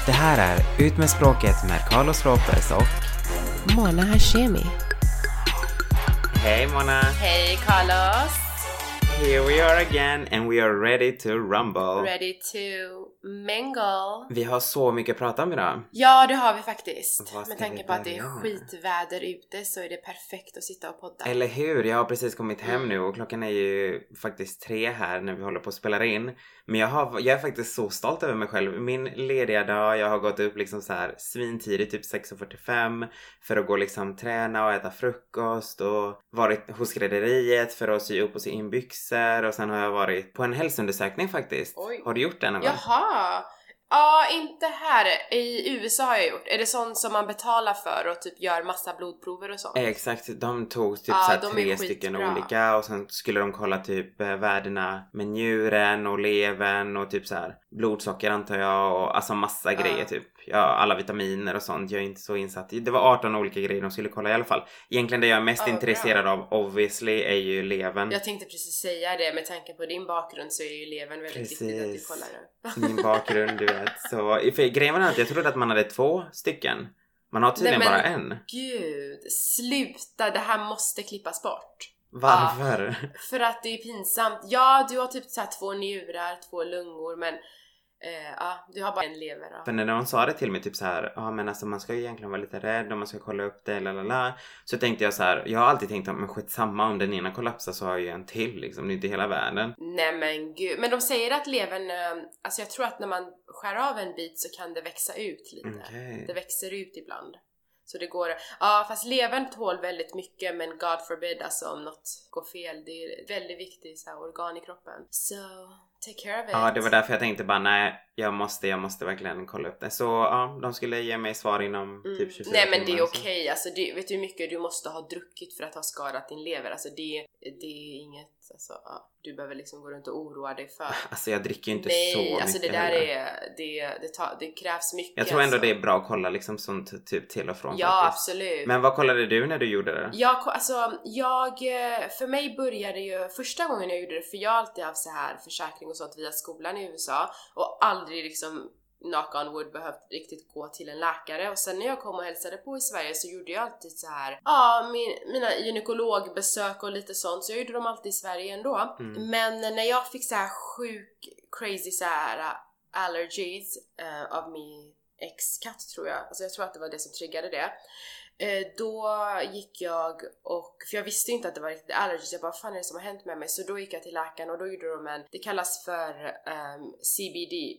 Det här är Ut med språket med Carlos Lopez och Mona Hashemi. Hej Mona! Hej Carlos! Here we are again and we are ready to rumble. Ready to mingle. Vi har så mycket att prata om idag. Ja, det har vi faktiskt. Vad ska Med tanke vi på att det är börja med? skitväder ute så är det perfekt att sitta och podda. Eller hur? Jag har precis kommit hem nu och klockan är ju faktiskt 3 här när vi håller på att spela in. Men jag är faktiskt så stolt över mig själv. Min lediga dag, jag har gått upp liksom så här svintidigt, typ 6:45 för att gå liksom träna och äta frukost och varit hos skrädderiet för att sy upp och sy in byxor och sen har jag varit på en hälsoundersökning faktiskt. Oj. Har du gjort det någon gång? Jaha! Ja, inte här. I USA har jag gjort. Är det sånt som man betalar för och typ gör massa blodprover och sånt? Exakt, de tog typ Ja, så här de är 3 stycken skitbra. olika och sen skulle de kolla typ värdena med njuren och levern och typ så här blodsocker antar jag och alltså massa grejer typ. Ja, alla vitaminer och sånt. Jag är inte så insatt i. Det var 18 olika grejer de skulle kolla i alla fall. Egentligen det jag är mest intresserad av obviously är ju levern. Jag tänkte precis säga det, med tanke på din bakgrund så är ju levern väldigt viktigt att du kollar det. Min bakgrund, du vet. Så, för grejen var att jag trodde att man hade 2 stycken. Man har tydligen bara en. Gud, sluta, det här måste klippas bort. Varför? För att det är pinsamt. Ja, du har typ så här 2 njurar, 2 lungor, men du har bara en lever. Ja. För när någon sa det till mig typ så här, men alltså man ska ju egentligen vara lite rädd om man ska kolla upp det, lalala. Så tänkte jag så här, jag har alltid tänkt att men skitsamma om den ena kollapsar så har jag ju en till liksom, det är inte hela världen. Nej men gud, men de säger att levern, alltså jag tror att när man skär av en bit så kan det växa ut lite. Okay. Det växer ut ibland. Så det går, fast levern tål väldigt mycket, men God forbid alltså om något går fel. Det är ett väldigt viktigt så här, organ i kroppen. So, take care of it. Ja, det var därför jag tänkte bara, nej, jag måste verkligen kolla upp det. Så ja, de skulle ge mig svar inom typ 24 Nej men det är timmar, okej. Alltså, vet du hur mycket du måste ha druckit för att ha skadat din lever? Alltså det är inget, alltså, du behöver liksom gå runt och oroa dig för. Alltså jag dricker ju inte Nej, så mycket. alltså det där heller. det krävs mycket. Jag tror ändå alltså. det är bra att kolla liksom sånt typ till och från. Ja, faktiskt. absolut. Men vad kollade du när du gjorde det? För mig började ju första gången jag gjorde det, för jag har alltid haft så här försäkring och sånt via skolan i USA och aldrig liksom knock on wood behövt riktigt gå till en läkare. Och sen när jag kom och hälsade på i Sverige så gjorde jag alltid så här mina gynekologbesök och lite sånt, så jag gjorde dem alltid i Sverige ändå. Men när jag fick så här crazy så här allergies av min ex-katt, tror jag. Alltså jag tror att det var det som triggade det. Då gick jag för jag visste inte att det var riktigt allergies. Jag bara, fan är det som har hänt med mig? Så då gick jag till läkaren och då gjorde de det kallas för CBD,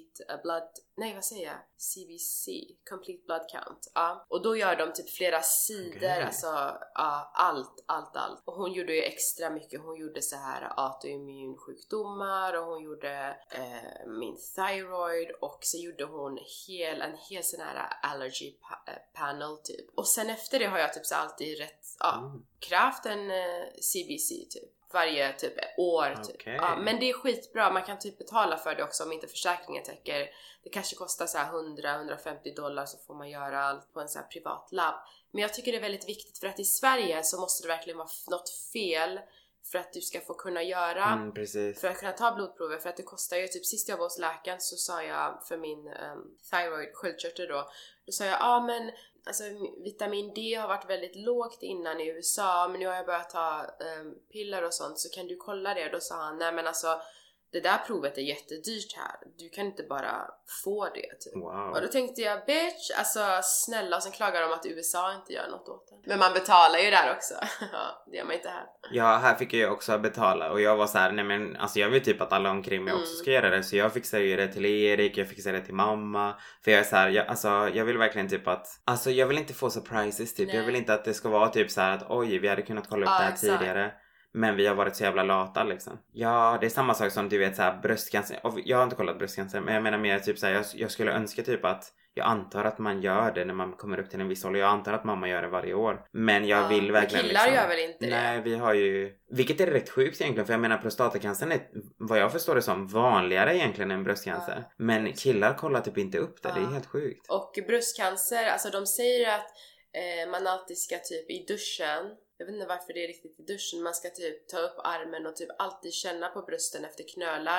CBC, Complete Blood Count. Och då gör de typ flera sidor, alltså allt. Och hon gjorde ju extra mycket. Hon gjorde så här autoimmunsjukdomar och hon gjorde min thyroid, och så gjorde hon en hel sån här allergy panel typ. Och sen efter det har jag typ så alltid krävt en CBC typ varje typ år typ. Okay. Men det är skitbra, man kan typ betala för det också om inte försäkringen täcker. Det kanske kostar så här $100-150, så får man göra allt på en så här privat labb. Men jag tycker det är väldigt viktigt, för att i Sverige så måste det verkligen vara något fel för att du ska få kunna göra, för att kunna ta blodprover, för att det kostar ju typ, sist jag var hos läkaren så sa jag för min thyroid, sköldkörtel då sa jag, men alltså vitamin D har varit väldigt lågt innan i USA, men nu har jag börjat ta piller och sånt, så kan du kolla det? Då sa han, nej men alltså det där provet är jättedyrt här, du kan inte bara få det typ. Wow. Och då tänkte jag, bitch, alltså snälla, och sen klagar de att USA inte gör något åt det. Men man betalar ju där också. Ja, det gör man inte här. Ja, här fick jag också betala och jag var så här, nej men alltså jag vill typ att alla omkring mig också ska göra det, så jag fixade ju det till Erik, jag fixade det till mamma, för jag är så här, jag vill verkligen typ att, alltså jag vill inte få surprises typ. Nej. Jag vill inte att det ska vara typ så här att oj, vi hade kunnat kolla upp det här tidigare. Men vi har varit så jävla lata liksom. Ja, det är samma sak som du vet så här, bröstcancer. Jag har inte kollat bröstcancer, men jag menar mer typ så här, jag skulle önska typ att, jag antar att man gör det när man kommer upp till en viss ålder. Jag antar att mamma gör det varje år. Men jag vill verkligen killar gör väl inte det? Nej, vi har ju, vilket är rätt sjukt egentligen, för jag menar prostatacancern är, vad jag förstår det som, vanligare egentligen än bröstcancer. Men killar kollar typ inte upp det, det är helt sjukt. Och bröstcancer, alltså de säger att man alltid ska typ i duschen, jag vet inte varför det är riktigt i duschen, man ska typ ta upp armen och typ alltid känna på brösten efter knölar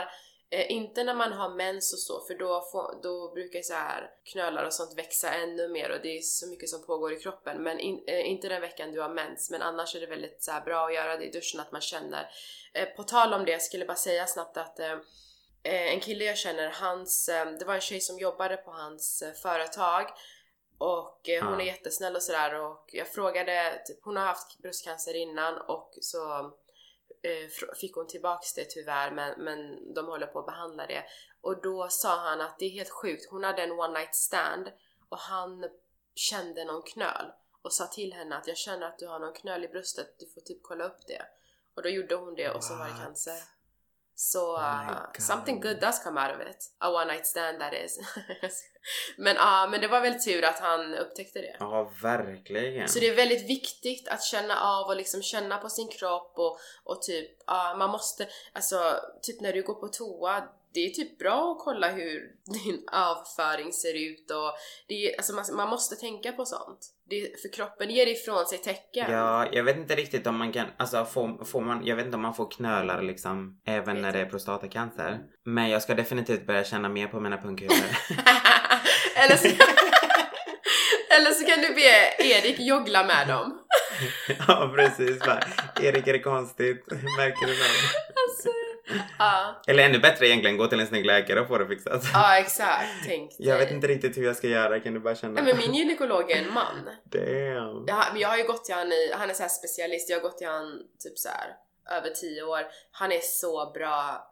Inte när man har mens och så, för då brukar så här knölar och sånt växa ännu mer och det är så mycket som pågår i kroppen. Men inte den veckan du har mens, men annars är det väldigt så här bra att göra det i duschen, att man känner. På tal om det, jag skulle bara säga snabbt att en kille jag känner, det var en tjej som jobbade på hans företag. Och hon är jättesnäll och sådär, och jag frågade, typ, hon har haft bröstcancer innan och så fick hon tillbaks det tyvärr, men de håller på att behandla det. Och då sa han att det är helt sjukt, hon hade en one night stand och han kände någon knöl och sa till henne att jag känner att du har någon knöl i bröstet, du får typ kolla upp det. Och då gjorde hon det och så var det cancer. Så something good does come out of it. A one night stand, that is. men det var väl tur att han upptäckte det. Ja, verkligen. Så det är väldigt viktigt att känna av och liksom känna på sin kropp och typ, man måste, alltså typ när du går på toa, det är typ bra att kolla hur din avföring ser ut och det är, alltså man måste tänka på sånt. För kroppen ger ifrån sig tecken. Ja, jag vet inte riktigt om man kan, alltså får man, jag vet inte om man får knölar liksom även när det är prostatacancer. Men jag ska definitivt börja känna mer på mina pungkulor. Eller så kan du be Erik joggla med dem. Ja, precis. Erik, är det konstigt? Märker du det? Alltså, eller ännu bättre egentligen, gå till en snygg läkare och få det fixat. Ja, exakt. Jag vet inte riktigt hur jag ska göra, kan du bara känna? Men min gynekolog är en man. Damn. Ja, men jag har ju gått till han är så här specialist, jag har gått till han typ så här över 10 år. Han är så bra.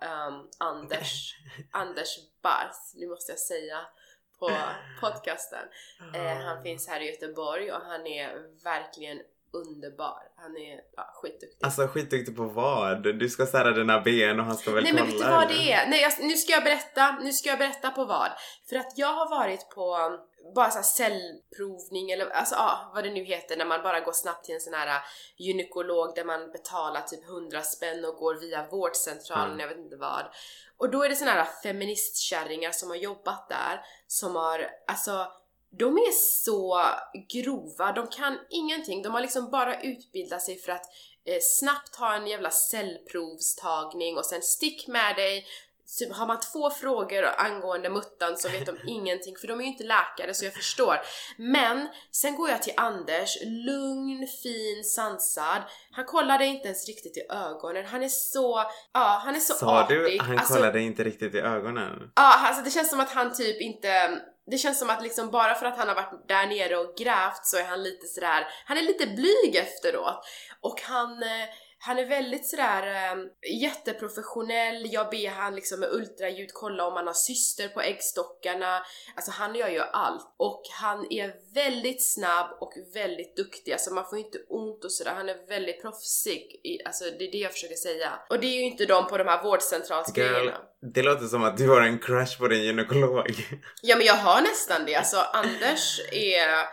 Anders Barth, nu måste jag säga på podcasten. Han finns här i Göteborg och han är verkligen underbar. Han är skitduktig. Alltså skitduktig på vad? Du ska sära dina ben och han ska väl kolla? Nej, men vet du vad det är? Nej, nu ska jag berätta på vad. För att jag har varit på bara så här cellprovning eller alltså vad det nu heter, när man bara går snabbt till en sån här gynekolog där man betalar typ 100 spänn och går via vårdcentralen, jag vet inte vad. Och då är det såna här feministkärringar som har jobbat där, som har, alltså de är så grova, de kan ingenting, de har liksom bara utbildat sig för att snabbt ha en jävla cellprovstagning och sen stick med dig. Typ, har man 2 frågor angående muttan så vet de ingenting, för de är ju inte läkare, så jag förstår. Men sen går jag till Anders, lugn, fin, sansad. Han kollade inte ens riktigt i ögonen. Han är så Sa artig. Du, han kollade inte riktigt i ögonen? Ja, alltså det känns som att han typ inte... Det känns som att liksom bara för att han har varit där nere och grävt så är han lite sådär... Han är lite blyg efteråt. Och han är väldigt sådär jätteprofessionell. Jag ber han liksom med ultraljud kolla om han har cyster på äggstockarna. Alltså han gör ju allt. Och han är väldigt snabb och väldigt duktig. Alltså man får inte ont och sådär. Han är väldigt proffsig. Alltså det är det jag försöker säga. Och det är ju inte de på de här vårdcentralsgrejerna. Det låter som att du har en crush på din gynekolog. Ja, men jag har nästan det. Alltså Anders är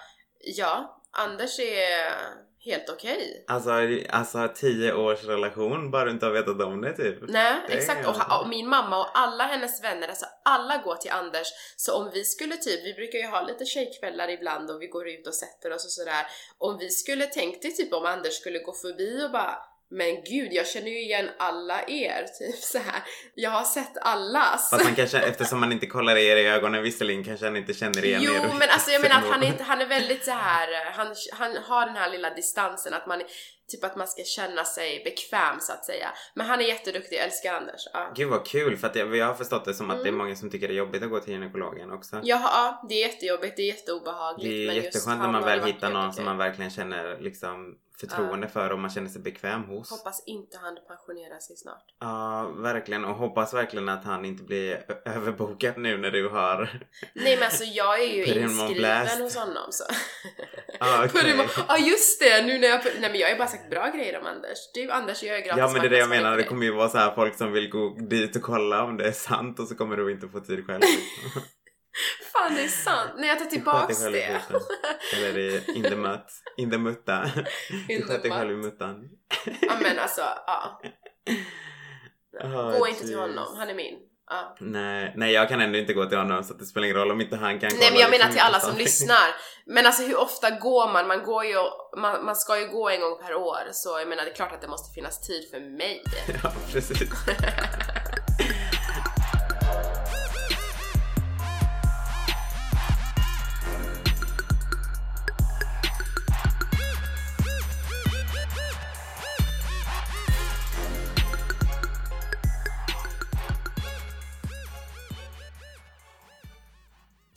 helt okej. Alltså 10 års relation, bara du inte har vetat om det typ. Nej, exakt. Och min mamma och alla hennes vänner, alltså alla går till Anders. Så om vi skulle typ, vi brukar ju ha lite tjejkvällar ibland och vi går ut och sätter oss och sådär. Om vi skulle tänkt typ om Anders skulle gå förbi och bara, men gud, jag känner ju igen alla er, typ så här. Jag har sett allas. Fast man kanske, eftersom man inte kollar er i ögonen, visserligen kanske han inte känner igen er. Jo, men alltså jag menar att han är väldigt så här. Han har den här lilla distansen, att man typ att man ska känna sig bekväm så att säga. Men han är jätteduktig, jag älskar Anders. Ja. Gud vad kul, för att jag har förstått det som att det är många som tycker det är jobbigt att gå till gynekologen också. Ja, det är jättejobbigt, det är jätteobehagligt. Det är jätteskönt när man väl hittar någon som man verkligen känner liksom förtroende för och man känner sig bekväm hos. Hoppas inte han pensionerar sig snart. Ja, verkligen. Och hoppas verkligen att han inte blir överbokad nu när du har... Nej, men alltså jag är ju inskriven hos honom så. Okay. Ja, just det. Nu när nej, men jag har ju bara sagt bra grejer om Anders. Anders gör ju gratis. Ja, men det är det jag menar. Det kommer ju vara så här folk som vill gå dit och kolla om det är sant och så kommer du inte få tid själv. Fan, det är sant. Nej, jag tar tillbaks det. Eller in the mutta. Du sköter själv i muttan. Ja, men alltså, ja. Gå inte till honom, han är min. Nej, jag kan ändå inte gå till honom, så det spelar ingen roll om inte han kan kolla. Nej, men jag menar till alla som lyssnar. Men alltså hur ofta går man? Man går ju, man ska ju gå en gång per år. Så jag menar, det är klart att det måste finnas tid för mig. Ja, precis.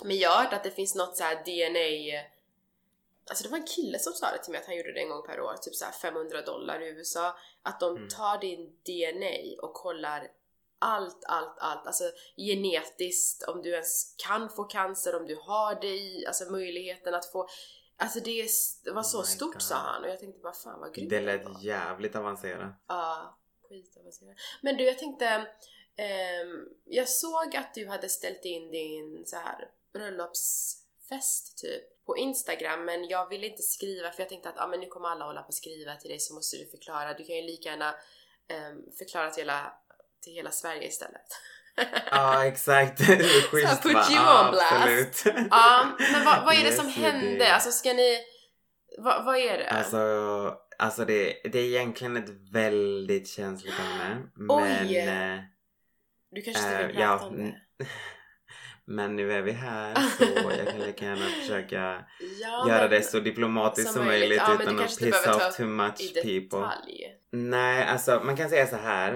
Men jag har hört att det finns något så här DNA. Alltså det var en kille som sa det till mig att han gjorde det en gång per år, typ så här $500 i USA, att de tar din DNA och kollar allt, alltså genetiskt, om du ens kan få cancer, om du har det i, alltså möjligheten att få, alltså det var så stort God. Sa han, och jag tänkte bara fan vad grymt det lät jävligt avancerat. Ja, skitavancerat. Men du, jag tänkte jag såg att du hade ställt in din så här bröllopsfest typ på Instagram, men jag ville inte skriva för jag tänkte att men nu kommer alla hålla på att skriva till dig, så måste du förklara. Du kan ju lika gärna förklara till hela Sverige istället. Ja, exakt. Schysst, put you on blast. Absolut. Ja, men vad är det som hände? Alltså ska ni... Vad är det? Alltså det är egentligen ett väldigt känsligt ämne. Oj! Du kanske inte vill prata om det. Men nu är vi här, så jag kan lika gärna försöka göra det så diplomatiskt som möjligt utan att piss off too much people. Nej, alltså man kan säga så här.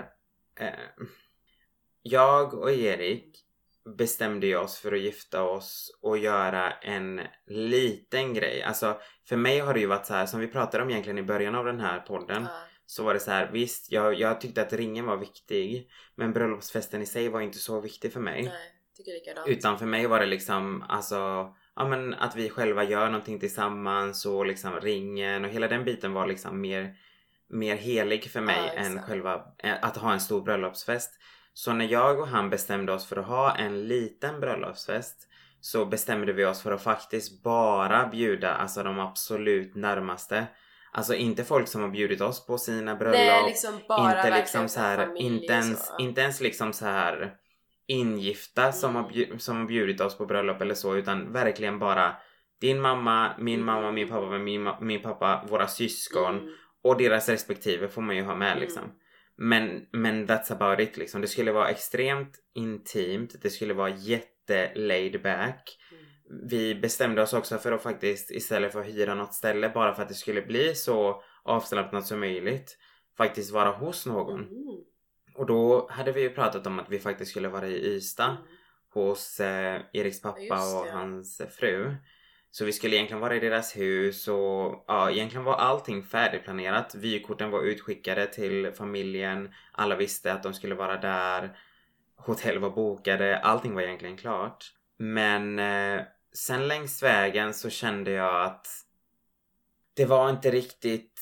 Jag och Erik bestämde oss för att gifta oss och göra en liten grej. Alltså för mig har det ju varit så här, som vi pratade om egentligen i början av den här podden. Så var det så här, visst, jag tyckte att ringen var viktig, men bröllopsfesten i sig var inte så viktig för mig. Nej, tycker likadant. Utan för mig var det liksom, alltså, ja men att vi själva gör någonting tillsammans och liksom ringen och hela den biten var liksom mer helig för mig än själva, att ha en stor bröllopsfest. Så när jag och han bestämde oss för att ha en liten bröllopsfest, så bestämde vi oss för att faktiskt bara bjuda alltså de absolut närmaste. Alltså inte folk som har bjudit oss på sina bröllop. Nej, liksom bara inte liksom så här, inte ens liksom så här ingifta som har bjudit oss på bröllop eller så, utan verkligen bara din mamma, min pappa, min pappa, våra syskon och deras respektive får man ju ha med liksom. Men that's about it liksom. Det skulle vara extremt intimt. Det skulle vara jätte laid back. Vi bestämde oss också för att faktiskt, istället för att hyra något ställe, bara för att det skulle bli så avslappnat som möjligt, faktiskt vara hos någon. Och då hade vi ju pratat om att vi faktiskt skulle vara i Ystad hos Eriks pappa och hans fru. Så vi skulle egentligen vara i deras hus och ja, egentligen var allting färdigplanerat. Vykorten var utskickade till familjen. Alla visste att de skulle vara där. Hotell var bokade. Allting var egentligen klart. Men sen längs vägen så kände jag att det var inte riktigt...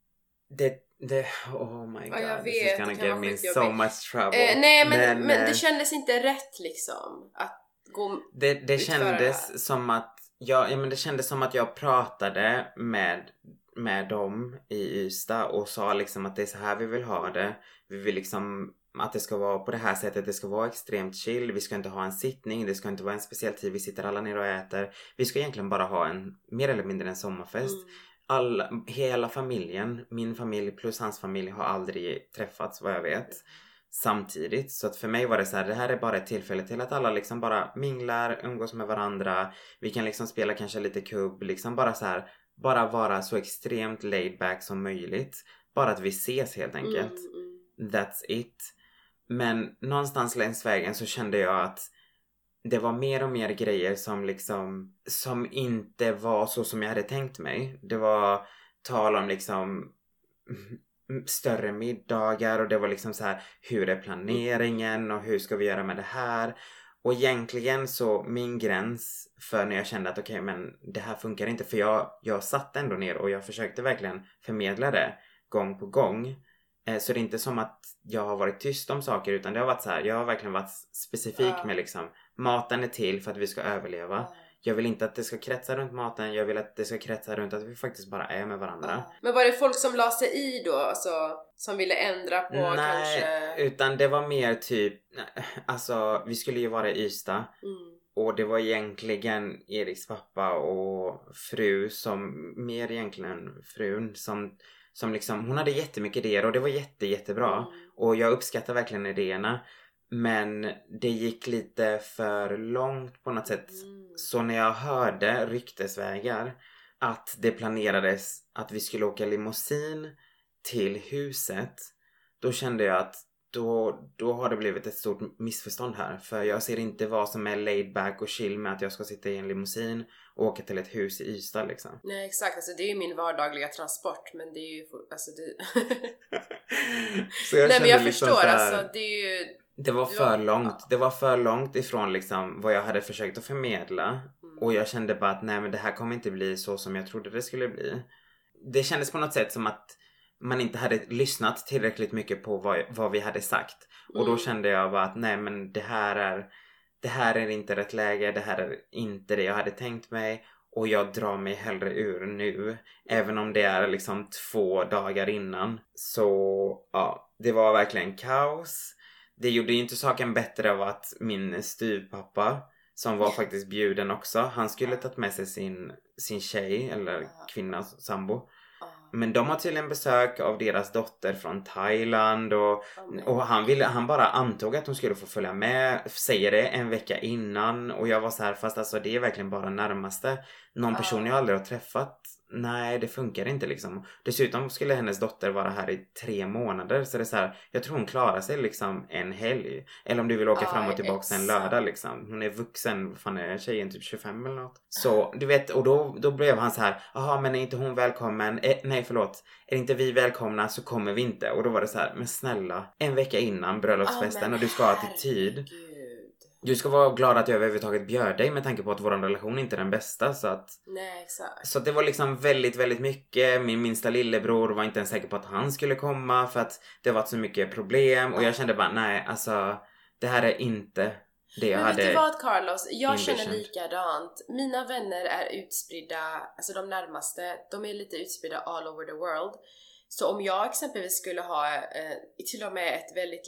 oh my god, jag this is gonna give me so much trouble. Nej, men det kändes inte rätt liksom. Att gå det kändes som att men det kändes som att jag pratade med dem i Ystad och sa liksom att det är så här vi vill ha det. Vi vill liksom att det ska vara på det här sättet. Det ska vara extremt chill. Vi ska inte ha en sittning. Det ska inte vara en speciell tid. Vi sitter alla ner och äter. Vi ska egentligen bara ha mer eller mindre en sommarfest. Hela familjen, min familj plus hans familj, har aldrig träffats vad jag vet samtidigt. Så att för mig var det så här, det här är bara ett tillfälle till att alla liksom bara minglar, umgås med varandra. Vi kan liksom spela kanske lite kubb, liksom bara så här, bara vara så extremt laid back som möjligt. Bara att vi ses helt enkelt. That's it. Men någonstans längs vägen så kände jag att det var mer och mer grejer som inte var så som jag hade tänkt mig. Det var tal om liksom större middagar och det var liksom så här, hur är planeringen och hur ska vi göra med det här? Och egentligen så min gräns för när jag kände att okej, men det här funkar inte, för jag satt ändå ner och jag försökte verkligen förmedla det gång på gång. Så det är inte som att jag har varit tyst om saker, utan det har varit så här, jag har verkligen varit specifik med liksom, maten är till för att vi ska överleva. Jag vill inte att det ska kretsa runt maten. Jag vill att det ska kretsa runt att vi faktiskt bara är med varandra. Men var det folk som la sig i då? Alltså, som ville ändra på kanske? Nej, utan det var mer typ... Alltså, vi skulle ju vara i Ystad. Och det var egentligen Eriks pappa och fru som... Mer egentligen frun som liksom... Hon hade jättemycket idéer och det var jättebra. Och jag uppskattar verkligen idéerna. Men det gick lite för långt på något sätt. Så när jag hörde ryktesvägar att det planerades att vi skulle åka limousin till huset, då kände jag att då har det blivit ett stort missförstånd här. För jag ser inte vad som är laid back och chill med att jag ska sitta i en limousin och åka till ett hus i Ystad liksom. Nej, exakt. Alltså det är ju min vardagliga transport, men det är ju... Alltså det... Så jag Nej, men jag liksom förstår. så här, Alltså det är ju... det var för långt. Det var för långt ifrån liksom vad jag hade försökt att förmedla. Och jag kände bara att nej, men det här kommer inte bli så som jag trodde det skulle bli. Det kändes på något sätt som att man inte hade lyssnat tillräckligt mycket på vad vi hade sagt. Och då kände jag bara att nej, men det här är inte rätt läge. Det här är inte det jag hade tänkt mig. Och jag drar mig hellre ur nu. Även om det är liksom 2 dagar innan. Så ja, det var verkligen kaos. Det gjorde ju inte saken bättre av att min styvpappa, som var faktiskt bjuden också, han skulle tagit med sig sin tjej eller kvinna, sambo. Men de har tydligen besök av deras dotter från Thailand och han bara antog att hon skulle få följa med, säger det en vecka innan, och jag var så här, fast alltså det är verkligen bara närmaste. Någon person jag aldrig har träffat. Nej, det funkar inte liksom. Dessutom skulle hennes dotter vara här i 3 månader. Så det är så här, jag tror hon klarar sig liksom en helg. Eller om du vill åka fram och tillbaka en lördag liksom. Hon är vuxen, fan är tjejen typ 25 eller något. Så du vet, och då blev han så här, jaha, men är inte hon välkommen? Nej, förlåt. Är inte vi välkomna så kommer vi inte. Och då var det så här, men snälla, en vecka innan bröllopsfesten och du ska ha till tid. Du ska vara glad att jag överhuvudtaget bjöd dig med tanke på att vår relation inte är den bästa. Så att... Nej, exakt. Så det var liksom väldigt, väldigt mycket. Min minsta lillebror var inte ens säker på att han skulle komma för att det var så mycket problem. Och jag kände bara, nej, alltså det här är inte det jag hade. Men vet du vad, Carlos? Jag envisioned. känner likadant. Mina vänner är utspridda, alltså de närmaste, de är lite utspridda all over the world. Så om jag exempelvis skulle ha till och med ett väldigt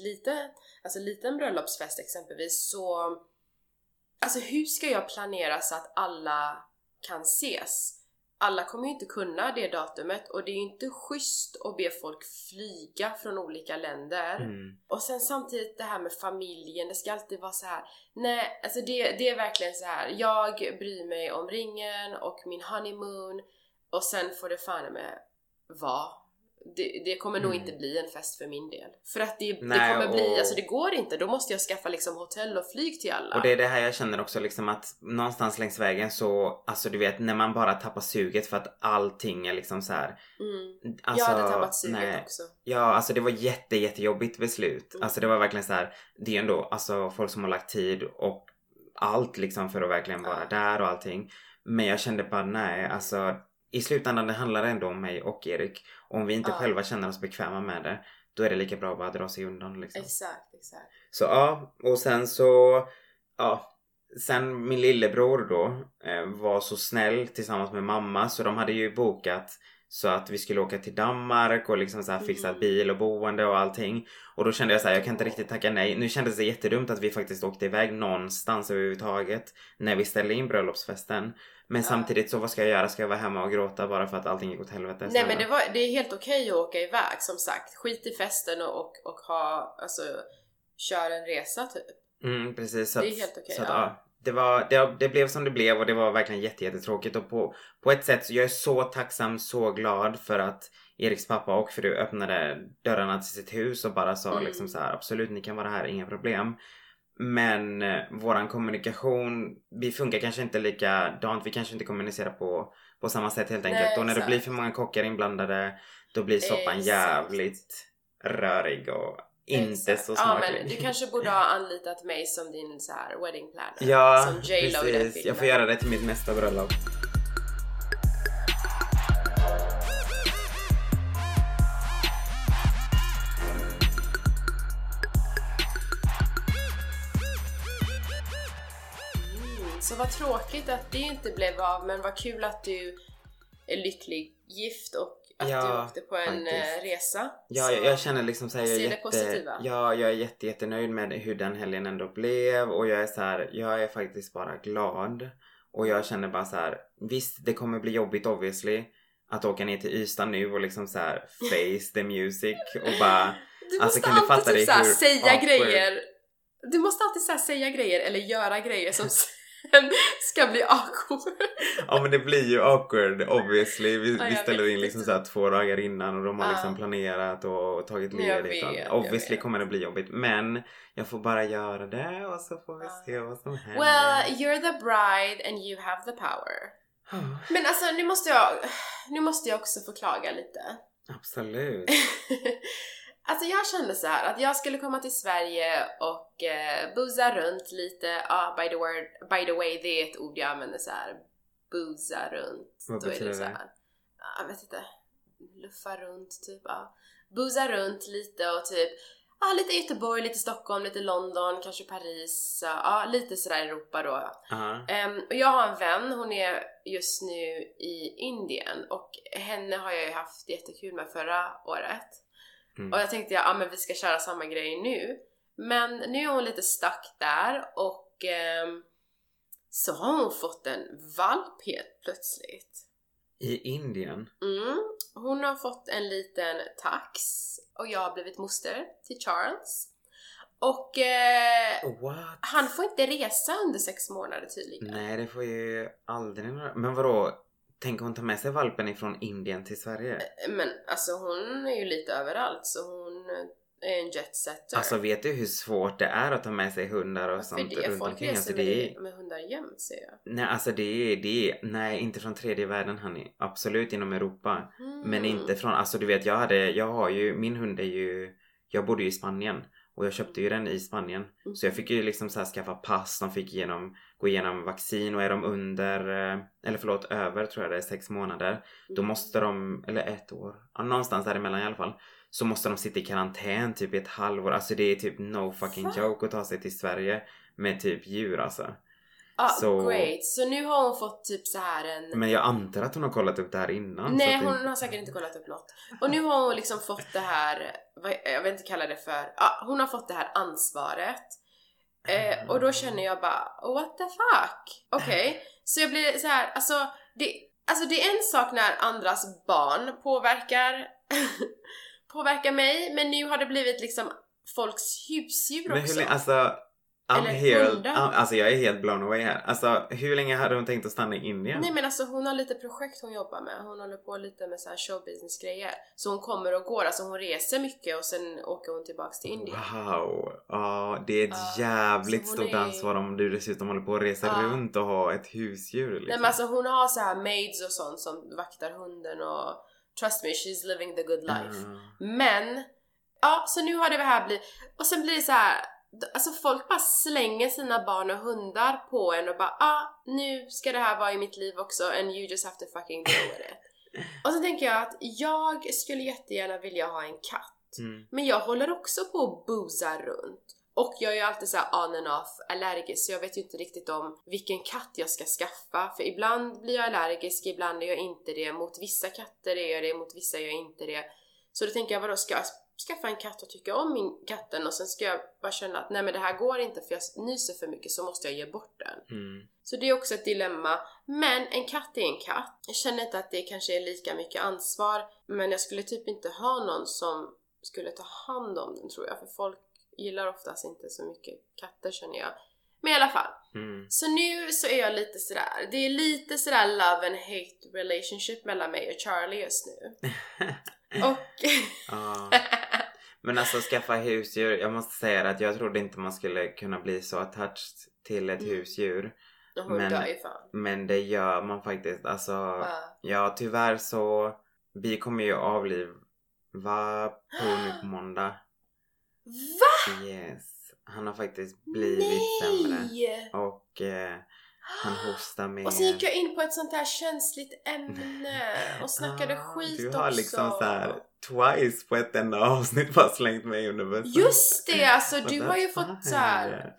liten bröllopsfest exempelvis, så alltså hur ska jag planera så att alla kan ses? Alla kommer ju inte kunna det datumet, och det är ju inte schysst att be folk flyga från olika länder. Och sen samtidigt det här med familjen, det ska alltid vara så här. Nej, alltså det är verkligen så här. Jag bryr mig om ringen och min honeymoon, och sen får det fan med vara. Det kommer nog inte bli en fest för min del. För att det kommer bli, alltså det går inte. Då måste jag skaffa liksom hotell och flyg till alla. Och det är det här jag känner också liksom, att någonstans längs vägen så, alltså du vet, när man bara tappar suget för att allting är liksom så här. Alltså, jag hade tappat suget också. Ja, alltså det var jättejobbigt beslut. Alltså det var verkligen så här, det är ändå alltså folk som har lagt tid och allt liksom för att verkligen vara där och allting. Men jag kände bara nej, alltså i slutändan det handlar ändå om mig och Erik. Om vi inte själva känner oss bekväma med det, då är det lika bra att bara dra sig undan liksom. Exakt. Så ja, och sen så sen min lillebror då var så snäll tillsammans med mamma, så de hade ju bokat så att vi skulle åka till Danmark och liksom så här fixat bil och boende och allting. Och då kände jag så här, jag kan inte riktigt tacka nej. Nu kändes det jättedumt att vi faktiskt åkte iväg någonstans överhuvudtaget när vi ställde in bröllopsfesten. Men samtidigt så, vad ska jag göra? Ska jag vara hemma och gråta bara för att allting gick åt helvete? Nej, men det är helt okej att åka iväg, som sagt. Skit i festen och ha, alltså, kör en resa typ. Precis. Det är helt okej. Så att, det blev som det blev, och det var verkligen jättetråkigt. Och på ett sätt så jag är så tacksam, så glad för att Eriks pappa och fru öppnade dörrarna till sitt hus och bara sa liksom så här, absolut, ni kan vara här, inga problem. Men våran kommunikation, vi funkar kanske inte likadant. Vi kanske inte kommunicerar på samma sätt helt enkelt. Nej, och när det blir för många kockar inblandade, då blir soppan jävligt rörig och inte så smaklig. Ja, men du kanske borde ha anlitat mig som din så här wedding planner. Ja, som J-Lo i den precis. filmen. Jag får göra det till mitt nästa bröllop. Så vad tråkigt att det inte blev av, men vad kul att du är lycklig gift och att du åkte på en resa. Ja, jag känner liksom så här, jag är jättenöjd med hur den helgen ändå blev, och jag är så här, jag är faktiskt bara glad, och jag känner bara så här, visst det kommer bli jobbigt obviously att åka ner till Ystad nu och liksom så här face the music och bara du måste kan alltid du fatta typ hur säga grejer. Du måste alltid så här säga grejer eller göra grejer som ska bli awkward. Ja, men det blir ju awkward, obviously. Vi jag ställer in vet. liksom så här 2 dagar innan och de har liksom planerat och tagit ledigt. Obviously kommer det bli jobbigt, men jag får bara göra det och så får vi se vad som händer. Well, you're the bride and you have the power. Men alltså, nu måste jag också få klaga lite. Absolut. Alltså jag kände så här att jag skulle komma till Sverige och booza runt lite. By the way, det är ett ord jag använder så här. Booza runt. Vad betyder det? Så här, jag vet inte. Luffa runt typ. Booza runt lite och typ lite Göteborg, lite Stockholm, lite London, kanske Paris. Lite sådär Europa då. Och jag har en vän, hon är just nu i Indien och henne har jag ju haft jättekul med förra året. Och jag tänkte men vi ska köra samma grej nu. Men nu är hon lite stuck där och så har hon fått en valp helt plötsligt. I Indien? Hon har fått en liten tax och jag har blivit moster till Charles. Och han får inte resa under 6 månader tydligen. Nej, det får ju aldrig. Men vadå? Tänker hon ta med sig valpen ifrån Indien till Sverige? Men alltså hon är ju lite överallt så hon är en jetsetter. Alltså vet du hur svårt det är att ta med sig hundar och sånt runt omkring? Alltså, det är med hundar jämt, ser jag. Nej, alltså nej, inte från tredje världen, honey. Absolut inom Europa. Men inte från, alltså du vet, jag har ju, min hund är ju, jag bodde ju i Spanien. Och jag köpte ju den i Spanien. Så jag fick ju liksom så här skaffa pass. De fick gå igenom vaccin. Och är de över tror jag det är 6 månader. Då måste de, eller 1 år. Någonstans däremellan i alla fall. Så måste de sitta i karantän typ i 1 halvår. Alltså det är typ no fucking joke att ta sig till Sverige med typ djur alltså. Great. Så nu har hon fått typ så här en... Men jag antar att hon har kollat upp det här innan. Nej, hon har säkert inte kollat upp något. Och nu har hon liksom fått det här, jag vet inte kalla det för... hon har fått det här ansvaret. Och då känner jag bara, what the fuck? Okej. Så jag blir så här, alltså det är en sak när andras barn påverkar mig. Men nu har det blivit liksom folks husdjur också. Men alltså... Alltså jag är helt blown away här. Alltså hur länge hade hon tänkt att stanna i Indien? Nej men alltså hon har lite projekt hon jobbar med. Hon håller på lite med så här showbusiness grejer. Så hon kommer och går, alltså hon reser mycket och sen åker hon tillbaks till Indien. Wow, det är ett jävligt stort ansvar om du dessutom håller på att resa runt och ha ett husdjur liksom. Nej men alltså hon har så här maids och sånt som vaktar hunden och trust me, she's living the good life. Men, så nu har det här blivit, och sen blir det så här. Alltså folk bara slänger sina barn och hundar på en och bara nu ska det här vara i mitt liv också and you just have to fucking deal with it. Och så tänker jag att jag skulle jättegärna vilja ha en katt. Men jag håller också på att booza runt. Och jag är ju alltid så här on and off allergisk, så jag vet ju inte riktigt om vilken katt jag ska skaffa. För ibland blir jag allergisk, ibland är jag inte det. Mot vissa katter är jag det, mot vissa är jag inte det. Så då tänker jag, vadå, ska jag skaffa en katt och tycka om min katten och sen ska jag bara känna att nej men det här går inte för jag nyser för mycket, så måste jag ge bort den. Så det är också ett dilemma. Men en katt är en katt. Jag känner inte att det kanske är lika mycket ansvar, men jag skulle typ inte ha någon som skulle ta hand om den, tror jag, för folk gillar oftast inte så mycket katter, känner jag. Men i alla fall. Så nu så är jag lite sådär, det är lite sådär love and hate relationship mellan mig och Charlie just nu. Och men alltså skaffa husdjur, jag måste säga att jag trodde inte man skulle kunna bli så attached till ett husdjur. Men det gör man faktiskt. Alltså tyvärr så vi kommer ju avliva på nu på måndag. Va? Yes. Han har faktiskt blivit sämre. Och han hostar med. Och så gick jag in på ett sånt här känsligt ämne och snackade skit också. Du har liksom så här twice på ett enda avsnitt bara slängt mig under bussen. Just det, alltså du har ju fått så här.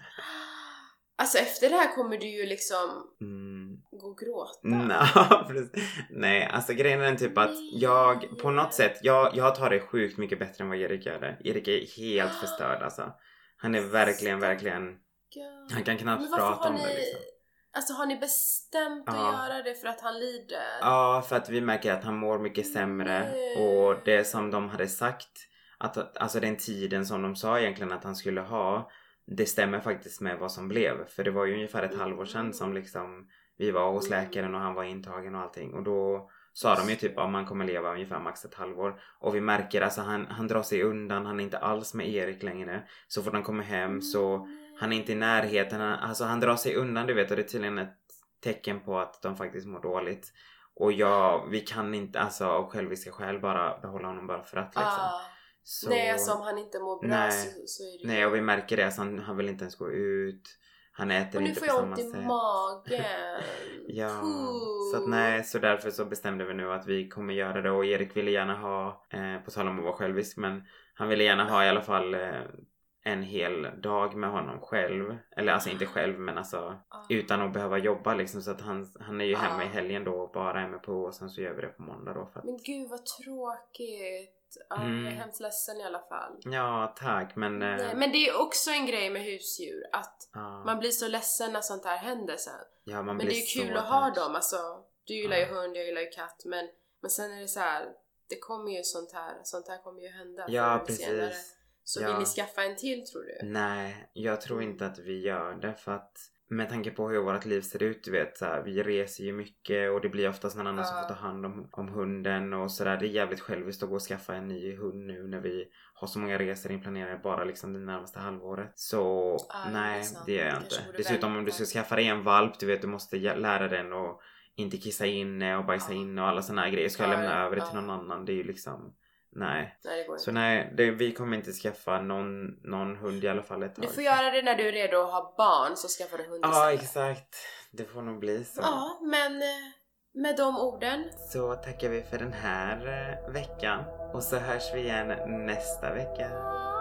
Alltså efter det här kommer du ju liksom gå och gråta. Nej, alltså grejen är den typ att jag på något sätt, jag tar det sjukt mycket bättre än vad Erik gör det. Erik är helt förstörd alltså. Han är verkligen han kan knappt prata om det liksom. Alltså har ni bestämt att göra det för att han lider? Ja, för att vi märker att han mår mycket sämre. Och det som de hade sagt, att alltså den tiden som de sa egentligen att han skulle ha, det stämmer faktiskt med vad som blev. För det var ju ungefär ett halvår sedan som liksom vi var hos läkaren och han var intagen och allting. Och då sa de ju typ att man kommer leva ungefär max ett halvår. Och vi märker alltså han drar sig undan. Han är inte alls med Erik längre. Så fort han kommer hem så han är inte i närheten. Alltså han drar sig undan, du vet. Och det är tydligen ett tecken på att de faktiskt mår dåligt. Och vi kan inte alltså av själviska skäl bara behålla honom bara för att liksom. Så, nej, alltså om han inte mår bra så är det. Nej, och vi märker det. Alltså, han vill inte ens gå ut. Han äter inte på samma sätt. Och nu får jag ont i magen. Ja, så att nej, så därför så bestämde vi nu att vi kommer göra det. Och Erik ville gärna ha, på tal om att vara självisk, men han ville gärna ha i alla fall en hel dag med honom själv. Eller alltså inte själv, men alltså utan att behöva jobba liksom. Så att han är ju hemma i helgen då och bara är med på, och sen så gör vi det på måndag då. För att... Men gud vad tråkigt. Jag är hemskt ledsen i alla fall. Ja, tack, men... Nej, men det är också en grej med husdjur att man blir så ledsen när sånt här händer sen. Ja, men det är ju kul att ha dem. Alltså, du gillar ju hund, jag gillar ju katt. Men sen är det så här, det kommer ju sånt här kommer ju hända. Ja, precis. Senare. Så vill ni skaffa en till, tror du? Nej, jag tror inte att vi gör det. För att med tanke på hur vårt liv ser ut, du vet, så här, vi reser ju mycket och det blir oftast någon annan som får ta hand om hunden och sådär. Det är jävligt själviskt att gå och skaffa en ny hund nu när vi har så många resor inplanerade bara liksom det närmaste halvåret. Så nej, det gör jag inte. Dessutom om du ska skaffa dig en valp, du vet, du måste lära den och inte kissa inne och bajsa inne och alla såna här grejer. Ska jag lämna över det till någon annan? Det är ju liksom... Nej, det går inte. Så nej, vi kommer inte skaffa någon hund i alla fall ett tag. Du får göra det när du är redo att ha barn, så skaffar du hund istället. Ja, exakt. Det får nog bli så. Ja, men med de orden så tackar vi för den här veckan. Och så hörs vi igen nästa vecka.